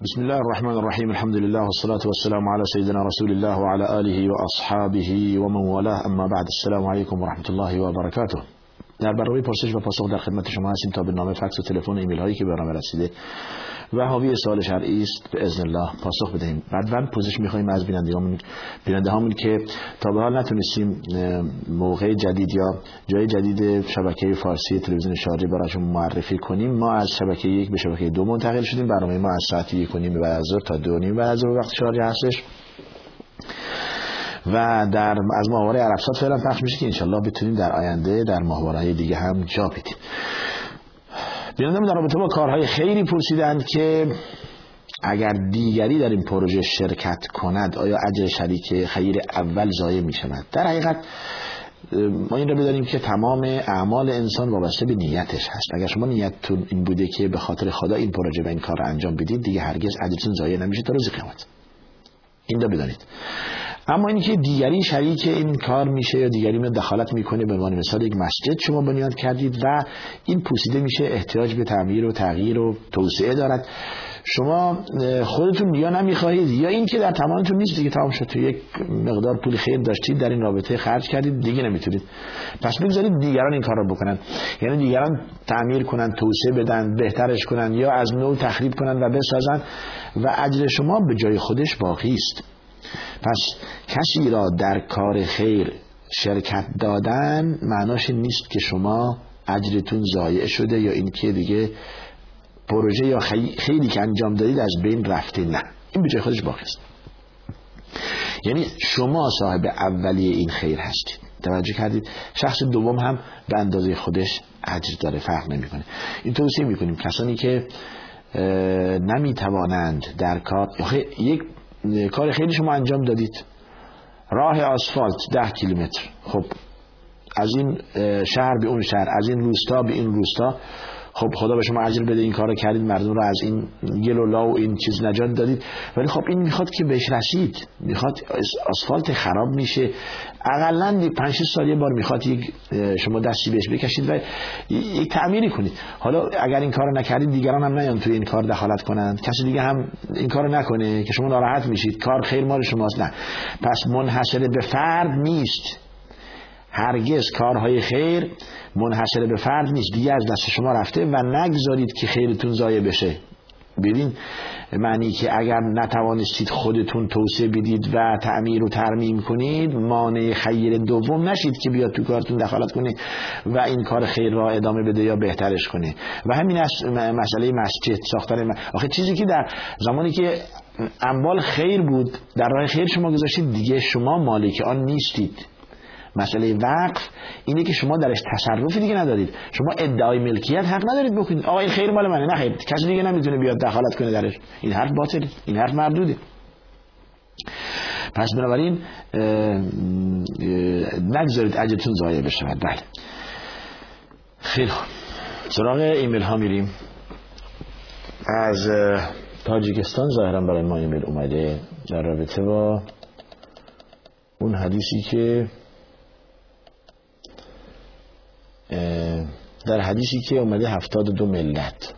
بسم الله الرحمن الرحیم. الحمد لله والصلاة والسلام على سيدنا رسول الله وعلى آله وأصحابه ومن والاه، اما بعد. السلام علیکم و رحمت الله و برکاته. در برنامه پرسش و پاسخ در خدمت شما هستیم تا به نامه، فکس و تلفن، ایمیل هایی که به برنامه رسیده و حاوی سوال شرعی است به اذن الله پاسخ بدهیم. بعداً پوزش می‌خوایم از بیننده‌هامون که تا به حال نتونستیم موقع جدید یا جای جدید شبکه فارسی تلویزیون شارجه براشون معرفی کنیم. ما از شبکه 1 به شبکه 2 منتقل شدیم. برنامه ما از ساعت 1:30 بعد از ظهر تا 2:30 بعد از ظهر وقت شارجه هستش و از ماهواره عربسات فعلا پخش میشه که انشالله بتونیم در آینده در ماهواره‌های دیگه هم جا بدیم. بیننده‌مون در رابطه با کارهای خیری پرسیدند که اگر دیگری در این پروژه شرکت کند آیا اجر شریک خیر اول ضایع می شود؟ در حقیقت ما این رو بدانیم که تمام اعمال انسان وابسته به نیتش هست. اگر شما نیتتون این بوده که به خاطر خدا این پروژه و این کار رو انجام بدید، دیگه هرگز اجرتون ضایع نمیشه تا روز قیامت. این رو بدانید. اما اینی که دیگری شریک این کار میشه یا دیگری میاد دخالت میکنه، به عنوان مثال یک مسجد شما بنیاد کردید و این پوسیده میشه، احتیاج به تعمیر و تغییر و توسعه دارد، شما خودتون یا نمیخواهید یا این که در توانتون نیست، دیگه تمام شد، تو یک مقدار پول خیر داشتید در این رابطه خرج کردید، دیگه نمیتونید، پس بگذارید دیگران این کار رو بکنن. یعنی دیگران تعمیر کنن، توسعه بدن، بهترش کنن یا از نو تخریب کنن و بسازن و اجر شما به جای خودش باقی است. پس کسی را در کار خیر شرکت دادن معناش نیست که شما اجرتون ضایع شده یا این که دیگه پروژه یا خیری که انجام دادید از بین رفته. نه، این به جای خودش باقی است. یعنی شما صاحب اولیه این خیر هستید. توجه کردید؟ شخص دوم هم به اندازه خودش اجر داره، فرق نمیکنه. این توصیه میکنیم کسانی که نمیتوانند در کار یک کار خیلی شما انجام دادید، راه آسفالت 10 کیلومتر، خب از این شهر به اون شهر، از این روستا به این روستا، خب خدا به شما اجر بده، این کارو کردید، مردم رو از این گل و لا و این چیز نجات دادید. ولی خب این میخواد که بهش رسید، میخواد آسفالت خراب میشه، حداقل 5-6 سال یه بار میخواد یک شما دستی بهش بکشید و یک تعمیری کنید. حالا اگر این کارو نکردید دیگران هم نیان توی این کار دخالت کنند، کسی دیگه هم این کارو نکنه که شما ناراحت میشید، کار خیر مال شماست. نه، پس منحصر به فرد نیست، هرگز کارهای خیر منحصر به فرد نیست، دیگه از دست شما رفته و نگذارید که خیرتون ضایع بشه. ببین معنی که اگر نتوانستید خودتون توسعه بدید و تعمیر و ترمیم کنید، مانع خیر دوم نشید که بیاد تو کارتون دخالت کنه و این کار خیر را ادامه بده یا بهترش کنه. و همین مسئله مسجد، ساختن آخه چیزی که در زمانی که اموال خیر بود در راه خیر شما گذاشتید، دیگه شما مالک آن نیستید. مسئله وقف اینه که شما درش تصرفی دیگه ندارید، شما ادعای ملکیت حق ندارید بکنید آقا این خیر مال منه، نه خیر، کسی دیگه نمیتونه بیاد دخالت کنه درش. این حرف باطله، این حرف مردوده. پس بنابراین نگذارید اجرتون ضایع بشه. بله، خیلی خوب، سراغ ایمیل ها میریم. از تاجیکستان ظاهرا برای ما ایمیل اومده در رابطه با اون حدیثی که در حدیثی که اومده 72 ملت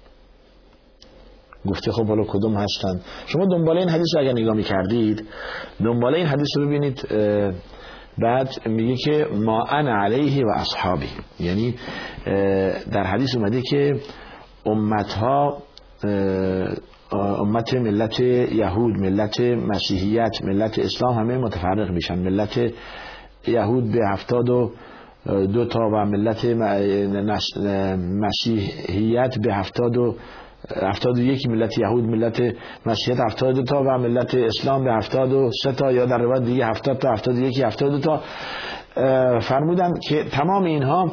گفته. خب حالا کدوم هستن؟ شما دنباله این حدیث رو اگر نگاه می‌کردید، دنباله این حدیث رو ببینید، بعد میگه که ما انا علیه و اصحابی، یعنی در حدیث اومده که امتها، امت ملت یهود، ملت مسیحیت، ملت اسلام همه متفرق میشن. ملت یهود به 72 تا و ملت مسیحیت به 71، ملت یهود ملت مسیحیت 72 تا و ملت اسلام به 73 تا، یا در روایت دیگه 70 تا 71 72 تا. فرمودن که تمام اینها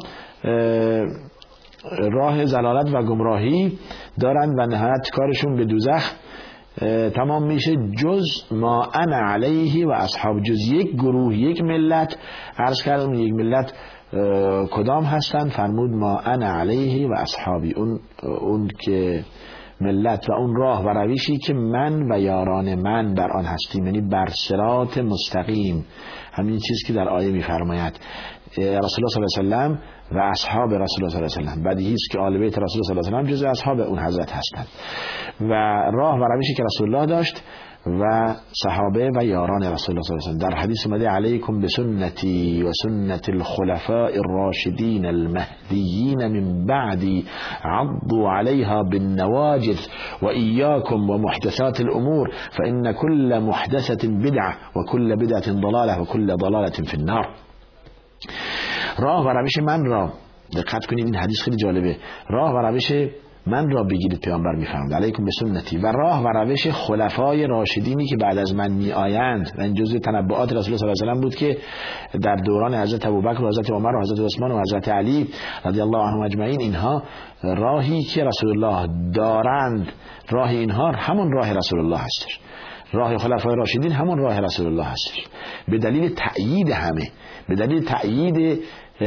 راه ضلالت و گمراهی دارند و نهایت کارشون به دوزخ تمام میشه، جز ما انا علیه و اصحاب، جز یک گروه، یک ملت. عرض کردم یک ملت کدام هستند؟ فرمود ما انا علیه و اصحابی، اون که ملت و اون راه و روشی که من و یاران من بر آن هستیم، یعنی بر صراط مستقیم. همین چیز که در آیه میفرماید رسول الله صلی الله علیه و سلم و اصحاب رسول الله صلی الله علیه و آله. بدیهی است که آل بیت رسول الله صلی الله علیه و آله جزء اصحاب اون حضرت هستند و راه و روشی که رسول الله داشت و صحابه و یاران رسول الله صلی الله علیه و آله. در حدیث اومده علیکم بسنتی و سنت الخلفاء الراشدین المهدیین من بعدی عضوا علیها بالنواجذ و ایاکم و محدثات الامور فان كل محدثة بدعه و كل بدعه ضلاله و كل ضلاله فی النار. راه و روش من را دقت کنید، این حدیث خیلی جالبه. راه و روش من را بگیرید، پیامبر میفرماید علیکم بسنتی، و راه و روش خلفای راشدینی که بعد از من می آیند. و این جزء تنبؤات رسول الله صلی الله علیه و آله بود که در دوران حضرت ابوبکر و حضرت عمر و حضرت عثمان و حضرت علی رضی الله عنهم اجمعین، اینها راهی که رسول الله دارند، راه اینها همون راه رسول الله هستش. راه خلفای راشدین همون راه رسول الله هستش، به دلیل تأیید همه، به دلیل تأیید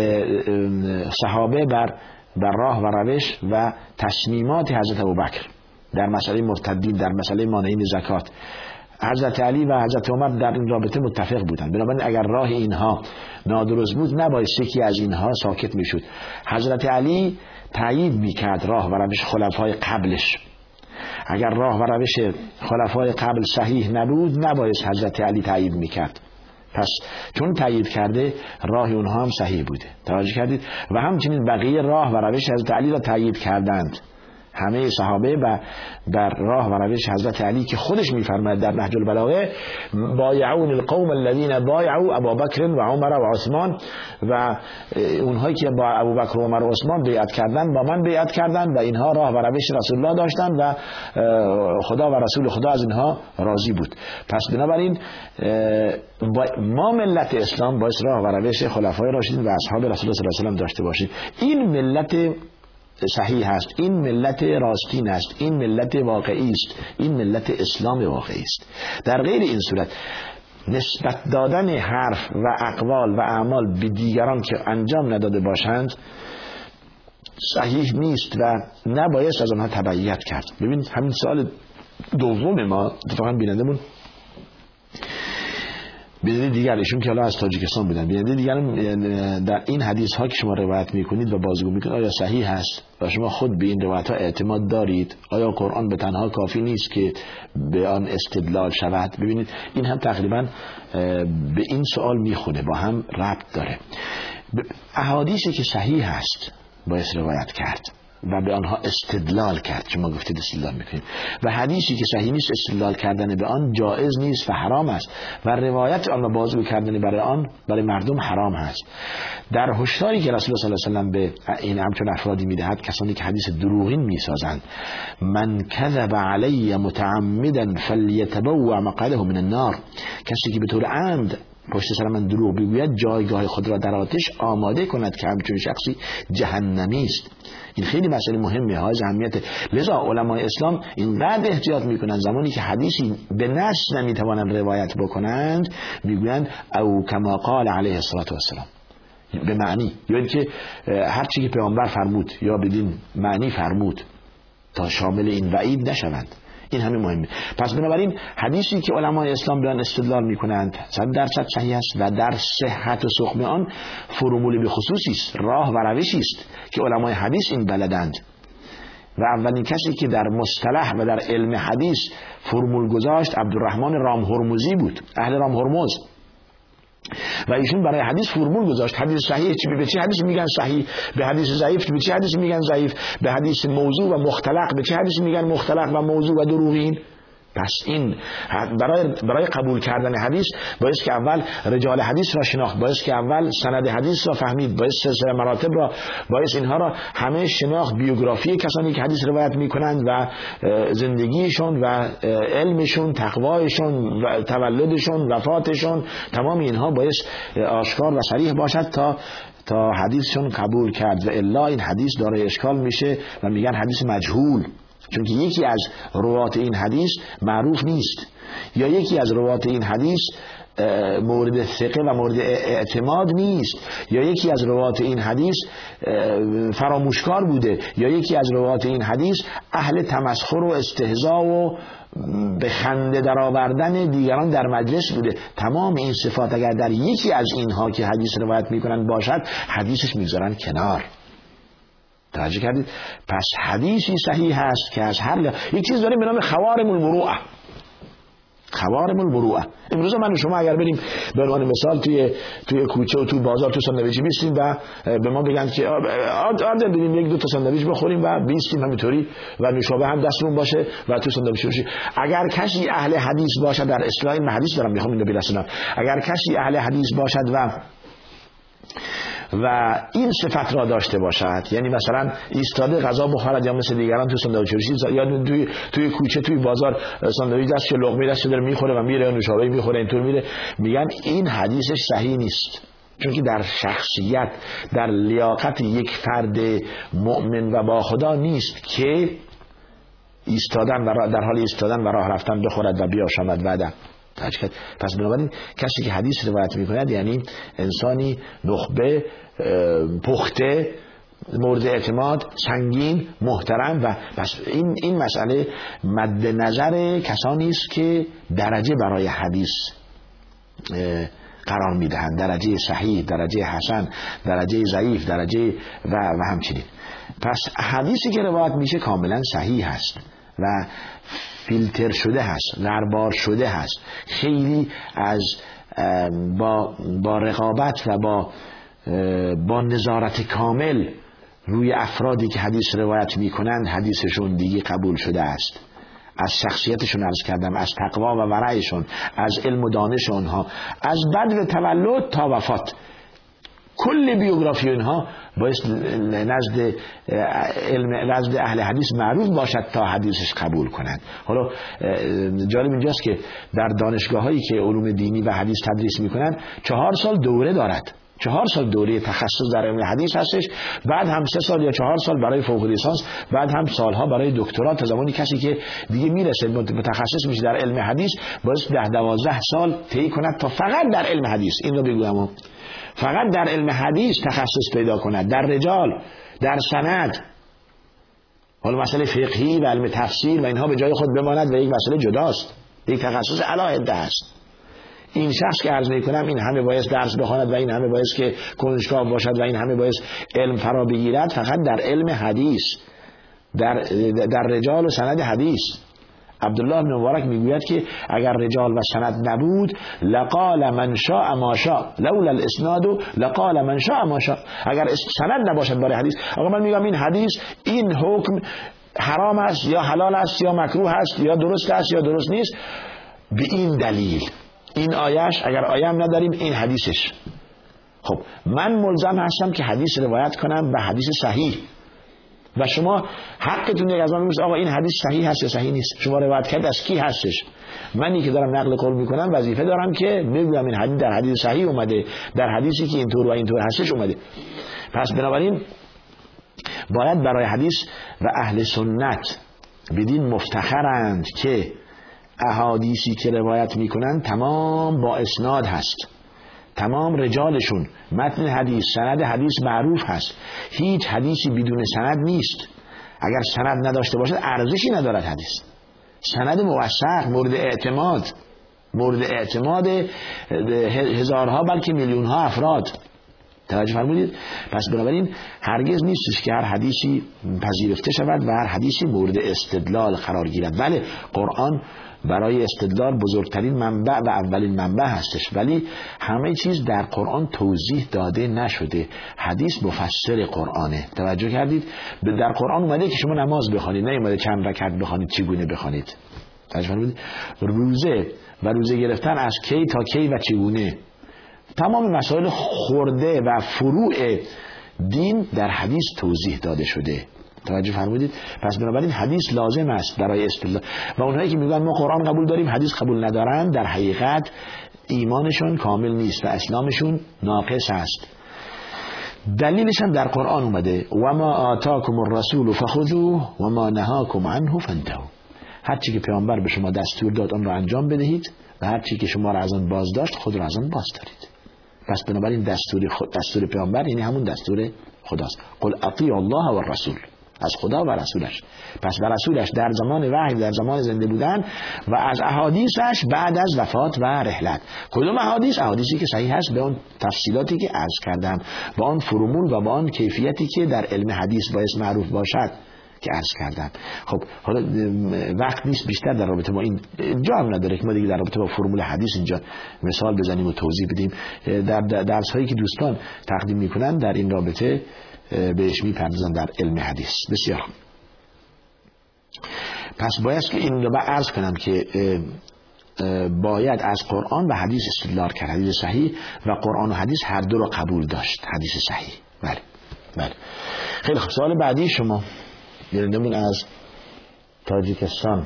صحابه بر راه و روش و تصمیمات حضرت ابوبکر در مسئله مرتدین، در مسئله مانعین زکات. حضرت علی و حضرت عمر در این رابطه متفق بودند. بنابراین اگر راه اینها نادرست بود نباید یکی از اینها ساکت میشد. حضرت علی تأیید میکرد راه و روش خلفای قبلش. اگر راه و روش خلفای قبل صحیح نبود نباید حضرت علی تأیید میکرد. پس چون تأیید کرده راه اونها هم صحیح بوده. توجه کردید؟ و همچنین بقیه راه و روش حضرت علی را تأیید کردند. همه صحابه و بر راه و روش حضرت علی که خودش میفرماید در نهج البلاغه بایعون القوم الذين بایعوا ابابکر و عمر و عثمان، و اونهایی که با ابوبکر و عمر و عثمان بیعت کردند با من بیعت کردند و اینها راه و روش رسول الله داشتند و خدا و رسول خدا از اینها راضی بود. پس بنابراین ما ملت اسلام باید راه و روش خلفای راشدین و اصحاب رسول الله صلی الله علیه و آله داشته باشیم. این ملت صحیح است، این ملت راستین است، این ملت واقعی است، این ملت اسلام واقعی است. در غیر این صورت نسبت دادن حرف و اقوال و اعمال به دیگران که انجام نداده باشند صحیح نیست و نباید از آنها تبعیت کرد. ببینید همین سوال دوم ما اتفاقا بینندمون بیننده دیگر، ایشون که حالا از تاجیکستان بودن، بیننده دیگر در این حدیث ها که شما روایت میکنید و بازگو میکنید آیا صحیح هست و شما خود به این روایت ها اعتماد دارید؟ آیا قرآن به تنها کافی نیست که به آن استدلال شود؟ ببینید این هم تقریبا به این سوال میخونه، با هم ربط داره. احادیثی که صحیح هست باید روایت کرد و به آنها استدلال کرد. شما گفتید استدلال میکنید. و حدیثی که صحیح نیست استدلال کردن به آن جایز نیست و حرام است و روایت آن و بازگو کردن برای آن برای مردم حرام هست. در هشداری که رسول الله صلی الله علیه و آله به این همچون افرادی میدهد، کسانی که حدیث دروغین میسازند، من کذب علی متعمدا فلیتبوأ مقعده من النار، کسی که به طور عمد پشت سر من دروغ بگوید جایگاه خود را در آتش آماده کند که همچون شخصی جهنمی است. این خیلی مسئله مهمه، های اهمیت. لذا علمای اسلام اینقدر احتیاط میکنند زمانی که حدیثی به نص نمیتوانند روایت بکنند میگویند او کما قال علیه الصلاة والسلام، به معنی، یا اینکه هر چی که پیامبر فرمود یا بدین معنی فرمود تا شامل این وعید نشوند. این همه مهمه. پس بنابراین حدیثی که علمای اسلام به آن استدلال میکنند 100% صحیح است و در صحت و سقم آن فرمول به خصوصی است، راه و روشی است که علمای حدیث این بلدند. و اولین کسی که در مصطلح و در علم حدیث فرمول گذاشت عبدالرحمن رام هرمزی بود، اهل رام هرمز. و ایشون برای حدیث فرمول گذاشت. حدیث صحیح به چه حدیث میگن صحیح، به حدیث ضعیف به چه حدیث میگن ضعیف، به حدیث موضوع و مختلق به چه حدیث میگن مختلق و موضوع و دروغین. پس این برای قبول کردن حدیث باید که اول رجال حدیث را شناخت، باید که اول سند حدیث را فهمید، باید سلسله مراتب را، باید اینها را همه شناخت، بیوگرافی کسانی که حدیث روایت میکنند و زندگیشون و علمشون، تقوایشون و تولدشون، وفاتشون، تمام اینها باید آشکار و صریح باشد تا حدیثشون قبول کرد. و الا این حدیث داره اشکال میشه و میگن حدیث مجهول، چون که یکی از روات این حدیث معروف نیست، یا یکی از روات این حدیث مورد ثقه و مورد اعتماد نیست، یا یکی از روات این حدیث فراموشکار بوده، یا یکی از روات این حدیث اهل تمسخر و استهزاء و به خنده درآوردن دیگران در مجلس بوده. تمام این صفات اگر در یکی از اینها که حدیث روایت میکنن باشد، حدیثش میذارن کنار. توجه کردید؟ پس حدیثی صحیح هست که از هر یک چیز داریم به نام خوارم المروءه. خوارم المروءه. امروز من و شما اگر بریم به عنوان مثال توی کوچه و توی بازار تو ساندویچی بیستیم و به ما بگن که آرده بریم یک دو تا ساندویچ بخوریم و بیستیم همینطوری و نوشابه هم دستمون باشه و تو ساندویچ بشیم، اگر کسی اهل حدیث باشد، در اصطلاح این حدیث دارم میخوام اینو برسونم، اگر کسی اهل حدیث باشد و این صفت را داشته باشد، یعنی مثلا ایستاده غذا بخورد یا مثل دیگران تو ساندویچ یا توی کوچه توی بازار ساندویچ دست لقمه دست داره میخوره و میره، نوشابه میخوره اینطور میره، میگن این حدیثش صحیح نیست، چون که در شخصیت، در لیاقت یک فرد مؤمن و با خدا نیست که ایستادن و در حال ایستادن و راه رفتن بخورد و بیاشامد بعد. پس بنابراین کسی که حدیث روایت میکند یعنی انسانی نخبه، پخته، مورد اعتماد، سنگین، محترم. و پس این مسئله مد نظر کسانی است که درجه برای حدیث قرار میدهند، درجه صحیح، درجه حسن، درجه ضعیف، درجه و همچنین. پس حدیثی که روایت میشه کاملا صحیح هست و فیلتر شده هست، غربار شده هست، خیلی از با رقابت و با نظارت کامل روی افرادی که حدیث روایت میکنند حدیثشون دیگه قبول شده است. از شخصیتشون عرض کردم، از تقوا و ورعشون، از علم و دانش اونها، از بدو تولد تا وفات، کل بیوگرافی اینها باید نزد اهل حدیث معروف باشد تا حدیثش قبول کنند. حالا جالب اینجاست که در دانشگاه هایی که علوم دینی و حدیث تدریس میکنند 4 سال دوره دارد، 4 سال دوره تخصص در علم حدیث هستش، بعد هم 3 سال یا 4 سال برای فوق لیسانس، بعد هم سالها برای دکترا، تا زمانی کسی که دیگه میرسه متخصص میشه در علم حدیث باید 10-12 سال طی کند تا فقط در علم حدیث، این رو بگویم، فقط در علم حدیث تخصص پیدا کند، در رجال، در سند. حالا مسئله فقهی و علم تفسیر و اینها به جای خود بماند و یک مسئله جداست، یک تخصص علاهده است. این شخص که عرض میکنم این همه باید درس بخواند و این همه باید که کنجکاو باشد و این همه باید علم فرا بگیرد فقط در علم حدیث، در رجال و سند حدیث. عبدالله بن مبارک میگوید که اگر رجال و سند نبود لقال من شاء ما شاء لولا الاسناد لقال من شاء ما شاء. اگر سند نباشد برای حدیث، آقا من میگم این حدیث، این حکم حرام است یا حلال است یا مکروه است یا درست است یا درست نیست، به این دلیل، این آیش، اگر آیه هم نداریم این حدیثش. خب من ملزم هستم که حدیث روایت کنم به حدیث صحیح و شما حقتون یک از من میگوید آقا این حدیث صحیح هست یا صحیح نیست، شما روایت کرد از کی هستش؟ منی که دارم نقل قول میکنم وظیفه دارم که بگویم این حدیث در حدیث صحیح اومده، در حدیثی که اینطور و اینطور هستش اومده. پس بنابراین باید برای حدیث و اهل سنت بدین مفتخرند که احادیثی که روایت میکنن تمام با اسناد هست، تمام رجالشون، متن حدیث، سند حدیث معروف هست، هیچ حدیثی بدون سند نیست. اگر سند نداشته باشد ارزشی ندارد حدیث. سند موثق، مورد اعتماد هزارها بلکه میلیونها افراد. توجه فرمودید؟ پس بنابراین هرگز نیستش که هر حدیثی پذیرفته شود و هر حدیثی مورد استدلال قرار گیرد. بله قرآن برای استدلال بزرگترین منبع و اولین منبع هستش، ولی همه چیز در قرآن توضیح داده نشده. حدیث مفسر قرآنه. توجه کردید؟ در قرآن اومده که شما نماز بخوانید، نه اومده چند رکعت بخوانید، چگونه بخوانید. توجه فرمودید؟ روزه و روزه گرفتن از کی تا کی و چگونه، تمام مسائل خورده و فروع دین در حدیث توضیح داده شده. توجه فرمودید؟ پس بنابراین حدیث لازم است برای استدلال. و اونهایی که میگن ما قرآن قبول داریم حدیث قبول ندارن، در حقیقت ایمانشون کامل نیست و اسلامشون ناقص است. دلیلش هم در قرآن اومده و ما آتاکم الرسول فخذوه و ما نهاکم عنه فانتهوا. هر چی که پیامبر به شما دستور داد اون رو انجام بدهید و هر چی که شما را از آن باز داشت خود را از آن باز دارید. پس بنابراین دستور پیامبر یعنی همون دستور خداست. قل اطیعوا الله و الرسول، از خدا و رسولش. پس و رسولش در زمان وحی، در زمان زنده بودن، و از احادیثش بعد از وفات و رحلت. کدوم احادیث؟ احادیثی که صحیح هست به اون تفصیلاتی که عرض کردم، با آن فرمول و با آن کیفیتی که در علم حدیث باعث معروف باشد که عرض کردم. خب حالا وقت نیست بیشتر در رابطه با این جا هم نداره که ما دیگه در رابطه با فرمول حدیث اینجا مثال بزنیم و توضیح بدیم. در درس هایی که دوستان تقدیم میکنن در این رابطه بهش میپردازن در علم حدیث. بسیار. پس باید که این رو عرض کنم که باید از قرآن و حدیث استدلال کرد. حدیث صحیح و قرآن و حدیث هر دو رو قبول داشت. حدیث صحیح. بله. خیلی خوب. سوال بعدی شما گرندمون از تاجیکستان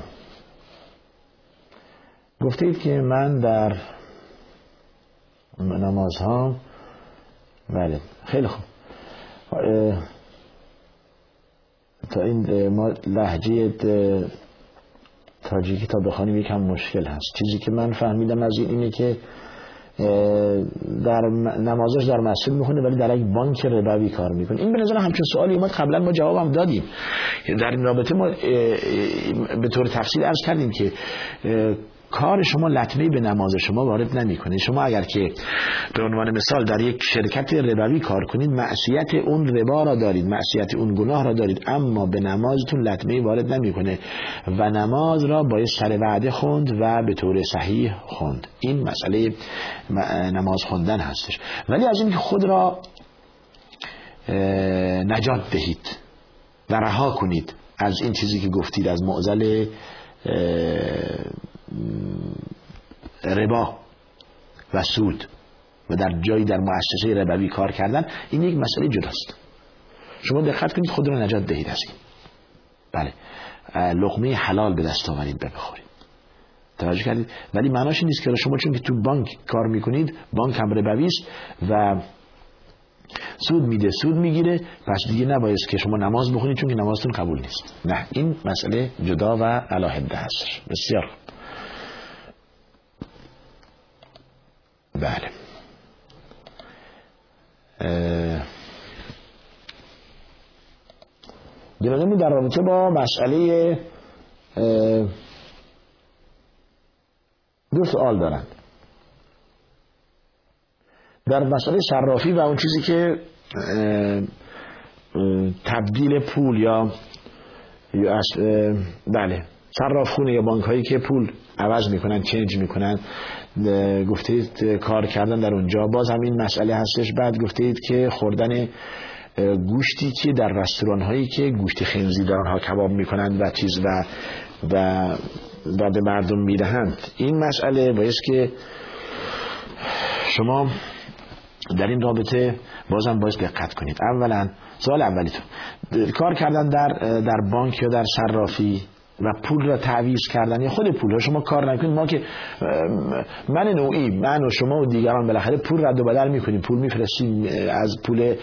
گفتید که من در نمازها. بله خیلی خوب. تا این ما لهجه تاجیکی تا بخوانیم یکم مشکل هست. چیزی که من فهمیدم از اینه که در نمازش در مسجد میخونه ولی در یک بانک ربوی کار میکنه. این به نظر همچون سوالی اومد قبلا ما جوابم دادیم. در این رابطه ما به طور تفصیل عرض کردیم که کار شما لطمه به نماز شما وارد نمیکنه. شما اگر که به عنوان مثال در یک شرکت ربوی کار کنید، معصیت اون ربا را دارید، معصیت اون گناه را دارید، اما به نمازتون لطمه وارد نمیکنه و نماز را باید سر وعده خوند و به طور صحیح خوند. این مسئله نماز خوندن هستش. ولی از این که خود را نجات دهید و رها کنید از این چیزی که گفتید، از معضل ربا و سود و در جایی در مؤسسه ربوی کار کردن، این یک مسئله جداست. شما دقت کنید خود را نجات دهید از این. بله، لقمه حلال به دست آورید بخورید. توجه کردید؟ ولی معناش نیست که شما چون که تو بانک کار میکنید، بانک هم ربوی است و سود میده، سود میگیره، پس دیگه نباید که شما نماز بخونید چون که نمازتون قبول نیست. نه، این مسئله جدا و علاهده هستش. بسیار بله. جنابمون در رابطه با مسئله دو سوال دارن در مسئله صرافی و اون چیزی که تبدیل پول یا بله صرافخونه یا بانک هایی که پول عوض میکنن، چنج میکنن، گفتید کار کردن در اونجا، باز هم این مسئله هستش. بعد گفتید که خوردن گوشتی که در رستوران هایی که گوشت خنزیر در آنها کباب میکنند و چیز و به مردم میدهند، این مسئله باید که شما در این رابطه بازم باید دقت کنید. اولا سوال اولیتون، کار کردن در بانک یا در صرافی و پول را تعویض کردن یا خود پول را شما کار نکنید. ما که من و شما و دیگران بالاخره پول رد و بدل میکنیم، پول میفرستیم از پول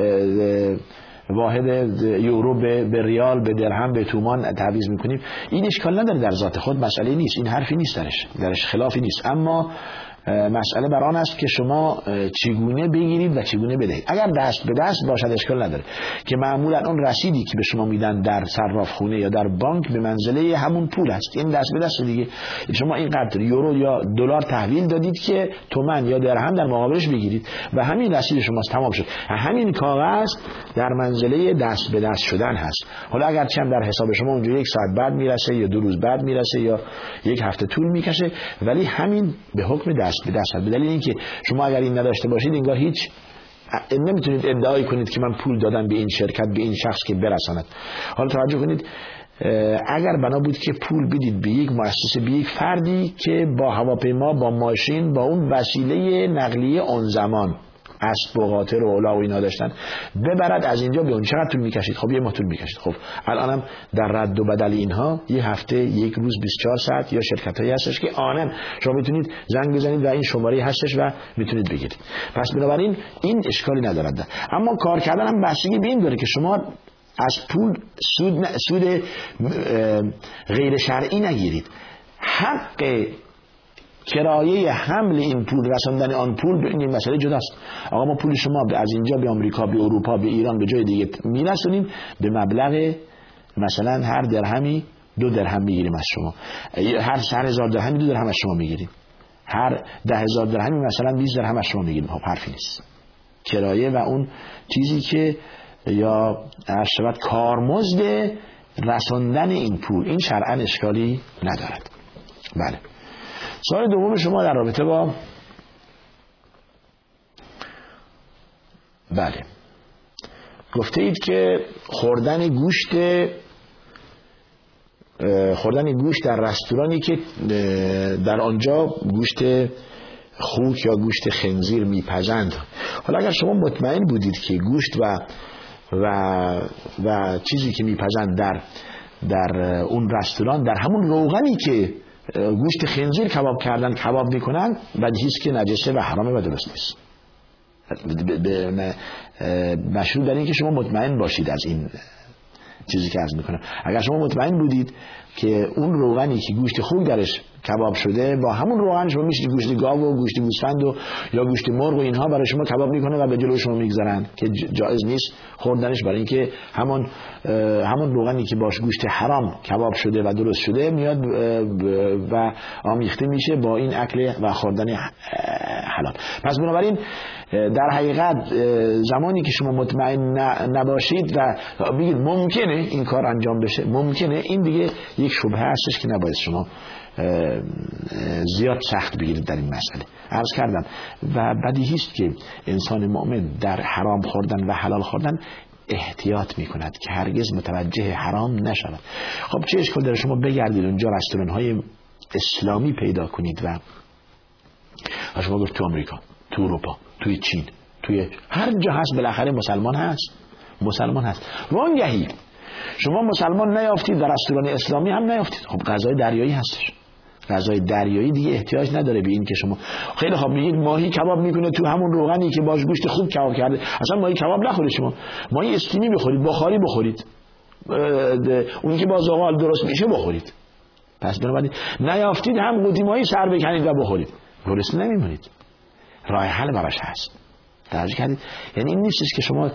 واحد یورو به ریال، به درهم، به تومان تعویض میکنیم. این اشکال نداره در ذات خود، مسئله نیست، این حرفی نیست درش خلافی نیست. اما مسئله بر آن است که شما چگونه بگیرید و چگونه بدهید. اگر دست به دست باشد اشکال نداره، که معمولا اون رسیدی که به شما میدن در صرافخونه یا در بانک به منزله همون پول است. این دست به دست دیگه. شما اینقدر یورو یا دلار تحویل دادید که تومان یا درهم در مقابلش بگیرید و همین رسید شماست، تمام شد. همین کاغذ در منزله دست به دست شدن هست. حالا اگر چند در حساب شما اونجا 1 ساعت بعد میرسه یا 2 روز بعد میرسه یا 1 هفته طول میکشه، ولی همین به حکم دست به دست هست. به دلیل اینکه شما اگر این نداشته باشید انگار هیچ نمیتونید ادعای کنید که من پول دادم به این شرکت، به این شخص که برساند. حالا توجه کنید، اگر بنا بود که پول بدید به یک مؤسسه، به یک فردی که با هواپیما، با ماشین، با اون وسیله نقلیه اون زمان اسب و قاطر و الاغ و اینا داشتن، ببرد از اینجا به اون، چقدر طول میکشید؟ خب 1 ماه طول میکشید. خب الانم در رد و بدل اینها 1 هفته، 1 روز، 24 ساعت یا شرکتایی هستش که آنن شما میتونید زنگ بزنید و این شماره هستش و میتونید بگیرید. پس بنابراین این اشکالی ندارد. اما کار کردن هم بستگی به این داره که شما از پول سود غیر شرعی نگیرید. حق کرایه حمل این پول، رساندن آن پول به این مسئله جداست. آقا ما پول شما از اینجا به آمریکا، به اروپا، به ایران، به جای دیگه میرسونیم به مبلغ مثلا هر درهمی 2 درهم میگیریم از شما، هر 1000 درهمی 2 درهم از شما میگیریم، هر 10,000 درهمی مثلا 20 درهم از شما میگیریم. خب حرفی نیست. کرایه و اون چیزی که یا شبت کارمزد رساندن این پول، این شرعاً اشکالی ندارد. بله. سوال دوم شما در رابطه با بله گفته اید که خوردن گوشت در رستورانی که در آنجا گوشت خوک یا گوشت خنزیر میپزند. حالا اگر شما مطمئن بودید که گوشت و چیزی که میپزند در اون رستوران در همون روغنی که گوشت خنزیر کباب کردن کباب میکنن، بدیهیست که نجسه و حرامه و درست نیست. مشروط در این که شما مطمئن باشید از این چیزی که عرض میکنم. اگر شما مطمئن بودید که اون روغنی که گوشت خوک درش کباب شده، با همون روغن شما میشید گوشت گاو و گوشت گوسفند و یا گوشت مرغ و اینها برای شما کباب میکنه و به جلو شما میگذارن که جایز نیست خوردنش، برای اینکه همون روغنی که باش گوشت حرام کباب شده و درست شده میاد و آمیخته میشه با این اکل و خوردن حلال. پس بنابراین در حقیقت زمانی که شما مطمئن نباشید و بگید ممکنه این کار انجام بشه، ممکنه، این دیگه یک شبهه هستش که نباید شما زیاد سخت بگیرید در این مسئله. عرض کردم و بدیهیست که انسان مؤمن در حرام خوردن و حلال خوردن احتیاط میکند که هرگز متوجه حرام نشود. خب چه اشکال داره شما بگردید اونجا رستوران‌های اسلامی پیدا کنید و شما گفت تو آمریکا، تو اروپا، توی چین، توی هر جا هست بالاخره مسلمان هست. وانگهی شما مسلمان نیافتید در رستوران اسلامی هم نیافتید، خب غذای دریایی هستش. غذای دریایی دیگه احتیاج نداره به این که شما خیلی خوب میگید ماهی کباب میکنه تو همون روغنی که باش گوشت خوب کباب کرده، اصلا ماهی کباب نخورید، شما ماهی استیمی بخورید، بخاری بخورید، اون که با زغال درست میشه بخورید. پس بنابراین نیافتید هم قوطی ماهی سر بکنید و بخورید، گرسنه نمیمونید. راه حل براش هست. توجه کردید؟ یعنی این نیستش که شما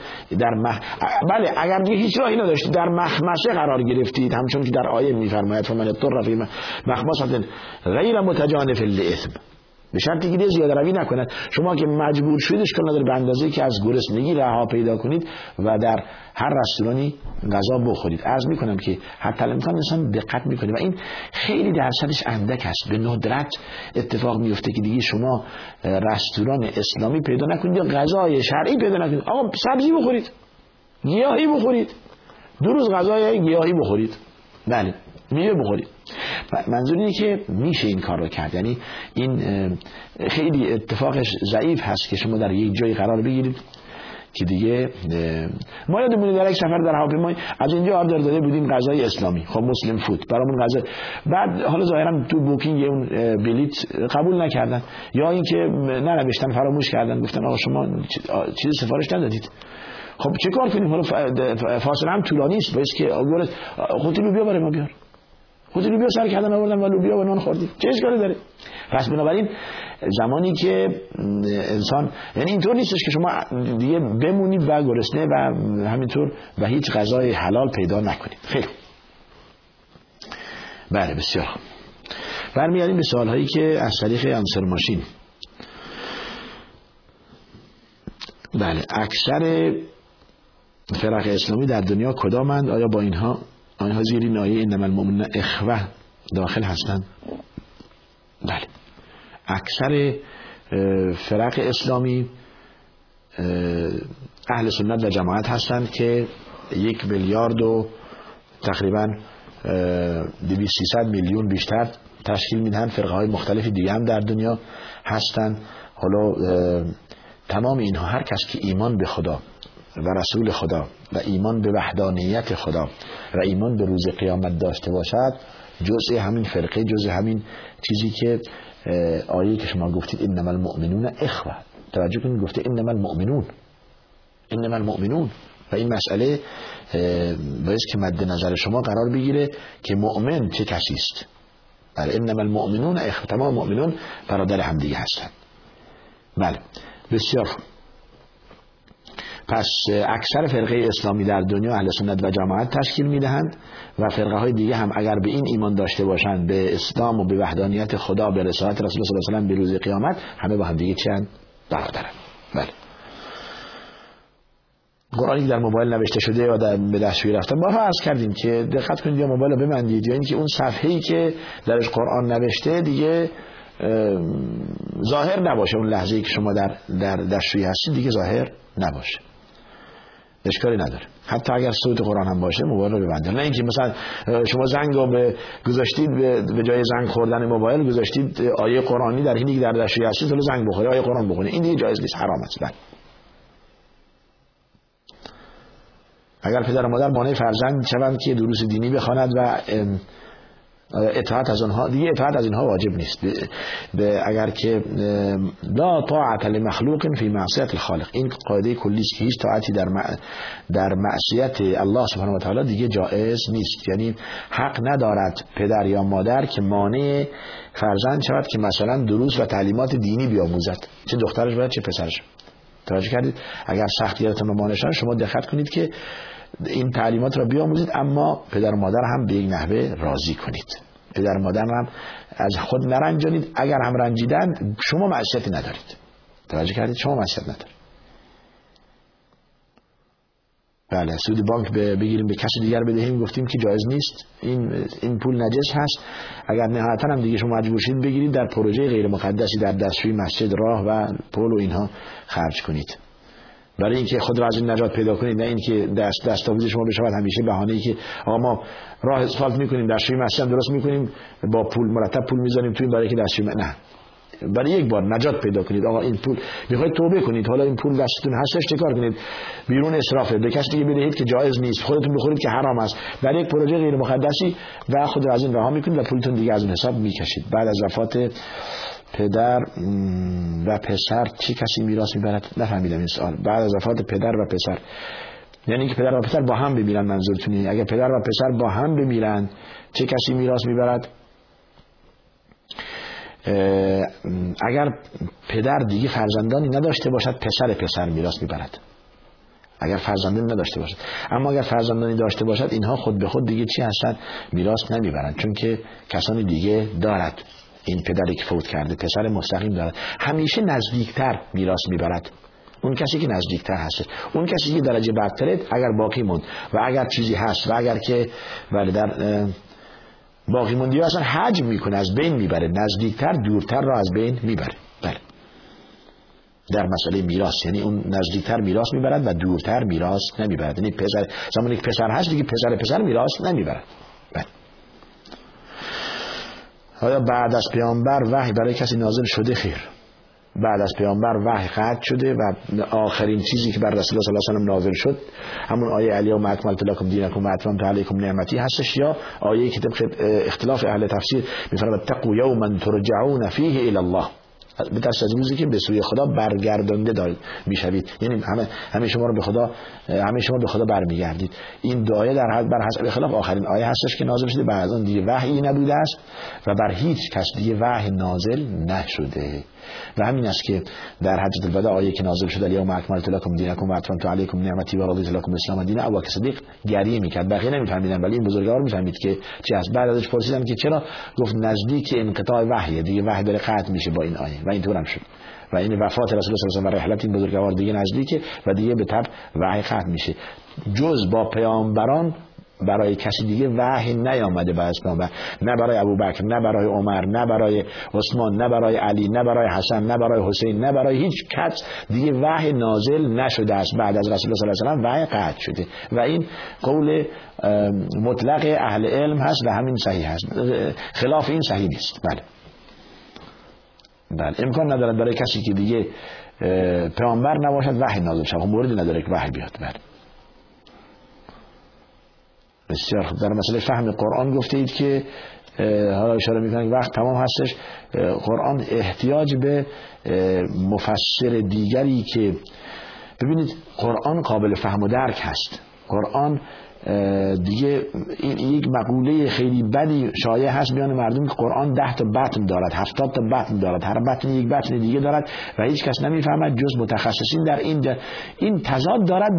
بله اگر دیگه هیچ راهی نداشتید در مخمصه قرار گرفتید، همچون که در آیه میفرماید فمن اضطر فی مخمصة غیر متجانف لإثم، به شرطی که زیاده روی نکند. شما که مجبور شدید اشکال نداره به اندازه‌ای که از گرسنگی رها پیدا کنید و در هر رستورانی غذا بخورید. عرض میکنم که حتی الامکان انسان دقت میکنه و این خیلی درصدش اندک است. به ندرت اتفاق میفته که دیگه شما رستوران اسلامی پیدا نکنید یا غذای شرعی پیدا نکنید. آقا سبزی بخورید، گیاهی بخورید، 2 روز غذای گیاهی بخورید، بله میوه بخورید. منظور اینه که میشه این کار رو کرد. یعنی این خیلی اتفاقش ضعیف هست که شما در یک جای قرار بگیرید که دیگه ما یادمونه در یک سفر در هواپیما از اینجا آردر داده بودیم غذای اسلامی، خب مسلم فود برامون غذا، بعد حالا ظاهرا تو بوکینگ اون بلیت قبول نکردن یا اینکه ننوشتن فراموش کردن، گفتن آقا شما چیزی سفارش ندادید. خب چه کار کنیم؟ حالا فاصله هم طولانی است، باید که خودت لوبیا برای ما بیار، خودت لوبیا سر کردن آوردن و لوبیا و نان خوردیم، چه اشکالی داره؟ پس بنابراین زمانی که انسان، یعنی اینطور نیستش که شما دیگه بمونید و گرسنه و همینطور و هیچ غذای حلال پیدا نکنید. خیلی بله، بسیار برمیگردیم به سوالهایی که از طریق انصر ماشین. بله، اکثر فرق اسلامی در دنیا کدامند؟ آیا با اینها زیر این آیه انما المؤمنون اخوه داخل هستند؟ بله، اکثر فرق اسلامی اهل سنت و جماعت هستند که 1 میلیارد و تقریبا 200-300 میلیون بیشتر تشکیل میدن. فرقه های مختلف دیگه هم در دنیا هستند. حالا تمام اینها، هر کس که ایمان به خدا و رسول خدا و ایمان به وحدانیت خدا و ایمان به روز قیامت داشته باشد، جزء همین فرقه، جزء همین چیزی که آیه که شما گفتید انما المؤمنون اخوه، توجه کنید گفته انما المؤمنون و این مسئله باید که مد نظر شما قرار بگیره که مؤمن چه کسی است. بله، انما المؤمنون تمام مؤمنون برادر هم دیگه هستند. بله بسیار. پس اکثر فرقه اسلامی در دنیا اهل سنت و جماعت تشکیل میدهند و فرقه های دیگه هم اگر به این ایمان داشته باشند به اسلام و به وحدانیت خدا، به رسالت رسول الله صلی الله علیه و آله به روز قیامت، همه با هم دیگه چند برادرند. بله. قرآنی در موبایل نوشته شده و به دستشویی رفتن، بارها عرض کردیم که دقت کنید یا موبایل رو ببندید یا اینکه اون صفحه‌ای که درش قرآن نوشته دیگه ظاهر نباشه، اون لحظه‌ای که شما در دستشویی هستید دیگه ظاهر نباشه، اشکالی نداره. حتی اگر صوت قرآن هم باشه موبایل رو ببندید. نه اینکه مثلا شما زنگ رو گذاشتید به جای زنگ خوردن موبایل گذاشتید آیه قرآنی در حینی که در دستشویی هستید تو زنگ بخوره آیه قرآن بخونید، این دیگه جایز نیست، حرام است. اگر پدر و مادر مانع فرزند شوند که دروس دینی بخواند و اطاعت از آنها، دیگه اطاعت از اینها واجب نیست. اگر که لا طاعت لمخلوق فی معصیت الخالق، این قاعده کلی است که هیچ طاعتی در معصیت الله سبحانه و تعالی دیگه جایز نیست. یعنی حق ندارد پدر یا مادر که مانع فرزند شود که مثلا دروس و تعلیمات دینی بیاموزد، چه دخترش باید چه پسرش. توجه کردید؟ اگر سختیاتون رو مانع شد شما دقت کنید که این تعلیمات را بیاموزید، اما پدر و مادر هم به یک نحوه راضی کنید. پدر و مادر هم از خود نرنجانید، اگر هم رنجیدن شما معصیتی ندارید. توجه کردید؟ شما معصیت ندارید. بله، سود بانک بگیریم به کسی دیگر بدهیم گفتیم که جایز نیست، این پول نجس هست. اگر نهایتا هم دیگه شما مجبور شید بگیرید در پروژه غیر مقدسی در دستشویی مسجد، راه و پل و اینها خرج کنید، برای اینکه خود را از این نجات پیدا کنید، نه اینکه دستاویز شما بشود همیشه بهانه‌ای که آقا ما راه اسفالت می‌کنیم دستشویی مسجد درست می‌کنیم با پول مرتب پول می‌ذاریم توی برای که دستشویی نه، برای یک بار نجات پیدا کنید. آقا این پول میخواید توبه کنید، حالا این پول دستتون هستش چه کار کنید؟ بیرون اسرافه، به کسی دیگه بدهید که جایز نیست، خودتون بخورید که حرام است، در یک پروژه غیر مقدسی و خود را از این رها میکنید و پولتون دیگه از اون حساب میکشید. بعد از وفات پدر و پسر چه کسی میراث میبرد؟ نفهمیدم این سوال. بعد از وفات پدر و پسر یعنی که پدر و پسر با هم بمیرن منظورتونه؟ اگر پدر و پسر با هم بمیرن چه کسی میراث میبرد؟ اگر پدر دیگه فرزندانی نداشته باشد پسر میراث میبرد، اگر فرزندانی نداشته باشد. اما اگر فرزندانی داشته باشد اینها خود به خود دیگه چی هستند؟ میراث نمیبرند، چون که کسانی دیگه دارد. این پدری که فوت کرده پسر مستقیم دارد، همیشه نزدیکتر میراث میبرد. اون کسی که نزدیکتر هست، اون کسی که درجه برتره اگر باقی موند و اگر چیزی هست و اگر که ولی در باقی موندی اصلا حجم میکنه، از بین میبره، نزدیکتر دورتر را از بین میبره. بله، در مسئله میراث یعنی اون نزدیکتر میراث میبرد و دورتر میراث نمیبرد. یعنی پسر زمانی که پسر هست دیگه پسر میراث نمیبرد. بله. آیا بعد از پیامبر وحی برای کسی نازل شده؟ خیر، بعد از پیامبر وحی قطع شده و آخرین چیزی که بر رسول الله صلی الله علیه و آله نازل شد همون آیه الیوم اکملت لکم دینکم و اتممت علیکم نعمتی هستش، یا آیه که طبق اختلاف اهل تفسیر میفرماید اتقوا یوما ترجعون فیه الی الله، بترسید از روزی که به سوی خدا برگردانده میشوید، یعنی همه شما رو به خدا برمیگردید. این دعای بر حسب اختلاف آخرین آیه هستش که نازل شده، بعد از اون دیگه وحی نبوده است و بر هیچ کس دیگه وحی نازل نشده. و همین است که در حجة الوداع آیه که نازل شده الیوم اکملت لکم دینکم و اتممت علیکم نعمتی و رضیت لکم الاسلام دینا، ابوبکر صدیق گریه میکرد، بقیه نمیفهمیدن ولی این بزرگوار میفهمید که چی است. بعد ازش پرسیدن که چرا، گفت نزدیک انقطاع وحی، دیگه وحی داره قطع میشه با این آیه و اینطور هم شد. و این وفات رسول الله صلی الله علیه و آله و رحلت این بزرگوار دیگه نزدیکه و دیگه به تبع وحی قطع میشه. جز با پیامبران برای کسی دیگه وحی نیامده بعد از پیامبر، نه برای ابوبکر، نه برای عمر، نه برای عثمان، نه برای علی، نه برای حسن، نه برای حسین، نه برای هیچ کس دیگه وحی نازل نشده است. بعد از رسول الله صلی الله علیه و آله وحی قطع شده و این قول مطلق اهل علم هست و همین صحیح هست، خلاف این صحیح نیست. بله، امکان ندارد برای کسی که دیگه پیامبر نباشد وحی نازل شود، موردی نداره که وحی بیاد. بله، بسیار خوب. در مسئله فهم قرآن گفته اید که حالا اشاره میکنم وقت تمام هستش، قرآن احتیاج به مفسر دیگری که ببینید قرآن قابل فهم و درک هست. قرآن دیگه این یک مقوله خیلی بدی شایع هست میان مردم که قرآن 10 تا بطن دارد، 70 تا بطن دارد، هر بطن یک بطن دیگه دارد و هیچ کس نمیفهمد جز متخصصین در این تضاد دارد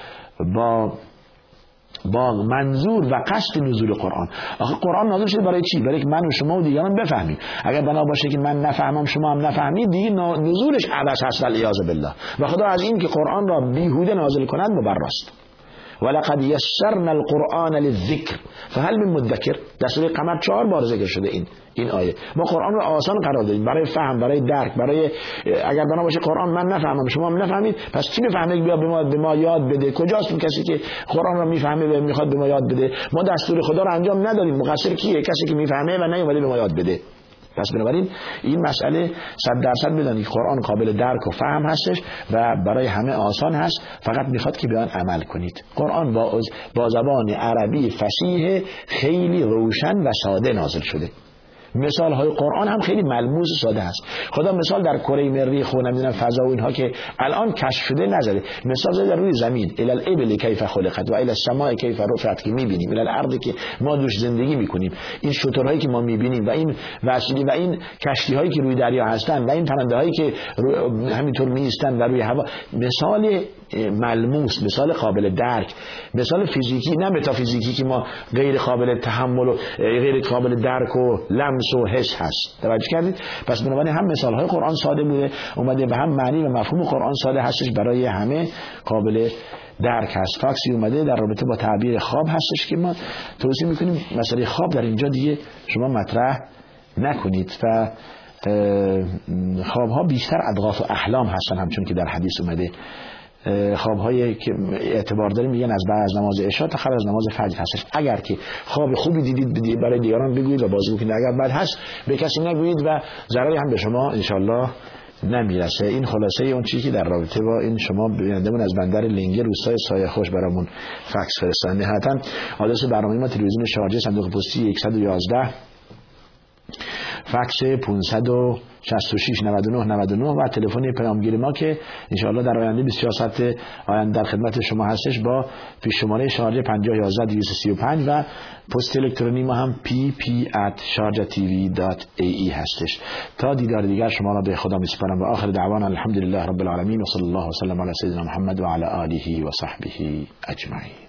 با منظور و قصد نزول قرآن. آخه قرآن نازل شده برای چی؟ برای که من و شما و دیگران بفهمیم. اگر بنا باشه که من نفهمم شما هم نفهمید، دیگه نزولش عبث هست والعیاذ بالله. و خدا از این که قرآن را بیهوده نازل کند مبراست. ولقد یسرنا القرآن للذکر فهل من مدکر. در سوره قمر 4 بار ذکر شده این آیه. ما قرآن رو آسان قرار دادیم برای فهم، برای درک، برای اگر بنا باشه قرآن من نفهمم شما هم نفهمید، پس کی بفهمه بیا به ما یاد بده؟ کجاست اون کسی که قرآن رو میفهمه و میخواد به ما یاد بده؟ ما دستور خدا رو انجام ندادیم، مقصر کیه؟ کسی که میفهمه و نیومده به ما یاد بده. پس بنابراین این مسئله 100% بدانید قرآن قابل درک و فهم هستش و برای همه آسان هست، فقط میخواد که به آن عمل کنید. قرآن با زبان عربی فصیح خیلی روشن و ساده نازل شده. مثال های قرآن هم خیلی ملموس و ساده هست. خدا مثال در کره مریخ و نمیدونم فضا و اینها که الان کشف شده نزده، مثال زده در روی زمین. الی الابل کیف خلقت و الی السماء کیف رفعت که میبینیم، الی الارض که ما دوش زندگی میکنیم، این شترهایی که ما میبینیم و این وسیله و این کشتی هایی که روی دریا هستن و این پرنده هایی که همینطور میستن و روی هوا. مثال ملموس، مثال قابل درک، مثال فیزیکی نه متافیزیکی که ما غیر قابل تحمل و غیر قابل درک و لمس و حس هست. توجه کردید؟ پس بنابراین هم مثال های قرآن ساده بوده اومده و هم معنی و مفهوم قرآن ساده هستش، برای همه قابل درک هست. فاکسی اومده در رابطه با تعبیر خواب هستش که ما توضیح میکنیم مسئله خواب در اینجا دیگه شما مطرح نکنید و خواب ها بیشتر اضغاث و احلام هستن، همچون که در حدیث اومده. خواب هایی که اعتبار داریم میگن از بعد از نماز عشاء تا قبل از نماز فجر هستش. اگر که خواب خوبی دیدید برای دیگران بگویید و بازگو کنید، اگر بد هست به کسی نگویید و ضرری هم به شما انشالله نمیرسه. این خلاصه اون چیزی که در رابطه با این شما ببینندمون از بندر لنگه روستای سایه خوش برامون فکس فرستادن. نهایتا آدرس برنامه ما تلویزیون شارجه، صندوق پستی 111، فکس 566 99 99 و تلفن پیامگیر ما که انشاءالله در آینده 24 ساعت آینده در خدمت شما هستش با پیش شماره شارجه 5011235 و پست الکترونی ما هم pp@sharjatv.ae هستش. تا دیدار دیگر شما را به خدا میسپارم و آخر دعوانا الحمدلله رب العالمین و صلی الله و سلم علی سیدنا محمد و علی آله و صحبه اجمعین.